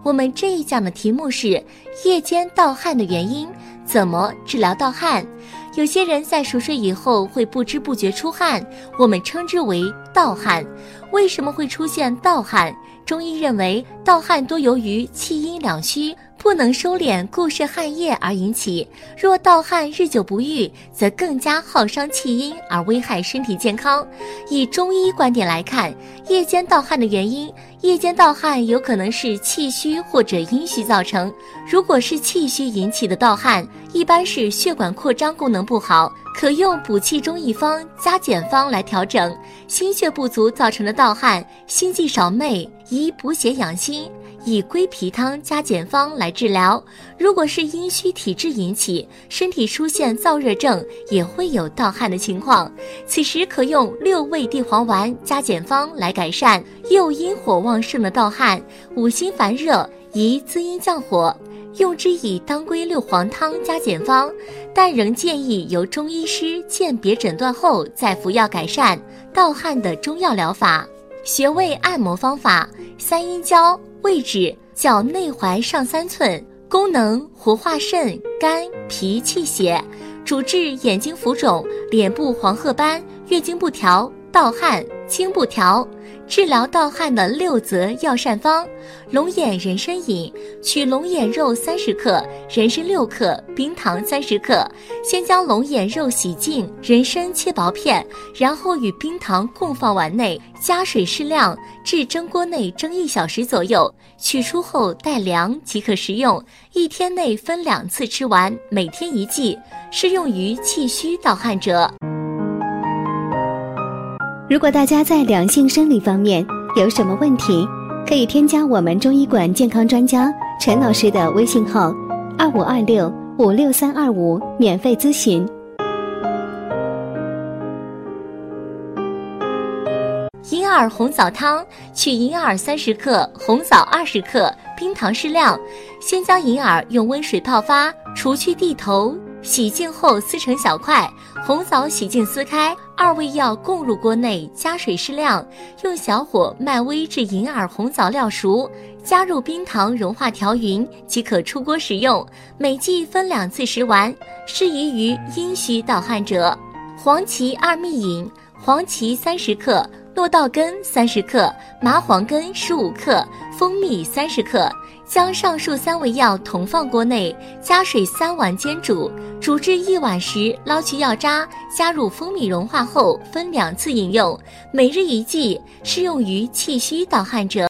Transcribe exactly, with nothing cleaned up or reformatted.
我们这一讲的题目是夜间盗汗的原因，怎么治疗盗汗。有些人在熟睡以后会不知不觉出汗，我们称之为盗汗。为什么会出现盗汗？中医认为盗汗多由于气阴两虚，不能收敛固摄汗液而引起，若盗汗日久不愈，则更加耗伤气阴而危害身体健康。以中医观点来看，夜间盗汗的原因，夜间盗汗有可能是气虚或者阴虚造成。如果是气虚引起的盗汗，一般是血管扩张功能不好，可用补气中益方加减方来调整。心血不足造成的盗汗，心悸少寐，宜补血养心，以归脾汤加减方来治疗。如果是阴虚体质引起，身体出现燥热症，也会有盗汗的情况，此时可用六味地黄丸加减方来改善。又阴火旺盛的盗汗，五心烦热，宜滋阴降火，用之以当归六黄汤加减方，但仍建议由中医师鉴别诊断后再服药改善盗汗的中药疗法。穴位按摩方法：三阴交，位置脚内踝上三寸，功能活化肾、肝、脾、气血，主治眼睛浮肿、脸部黄褐斑、月经不调、盗汗、经不调。治疗盗汗的六则药膳方：龙眼人参饮，取龙眼肉三十克，人参六克，冰糖三十克。先将龙眼肉洗净，人参切薄片，然后与冰糖共放碗内，加水适量，至蒸锅内蒸一小时左右，取出后待凉即可食用。一天内分两次吃完，每天一剂，适用于气虚盗汗者。 如果大家在两性生理方面有什么问题，可以添加我们中医馆健康专家陈老师的微信号二五二六五六三二五免费咨询。 银耳红枣汤，取银耳三十克，红枣二十克，冰糖适量。先将银耳用温水泡发，除去蒂头，洗净后撕成小块，红枣洗净撕开，二味药共入锅内，加水适量，用小火慢煨至银耳红枣料熟，加入冰糖融化调匀，即可出锅食用。每剂分两次食完，适宜于阴虚盗汗者。黄芪二蜜饮，黄芪三十克，落稻根三十克，麻黄根十五克，蜂蜜三十克，将上述三味药同放锅内，加水三碗煎煮，煮至一碗时捞去药渣，加入蜂蜜融化后分两次饮用，每日一剂，适用于气虚盗汗者。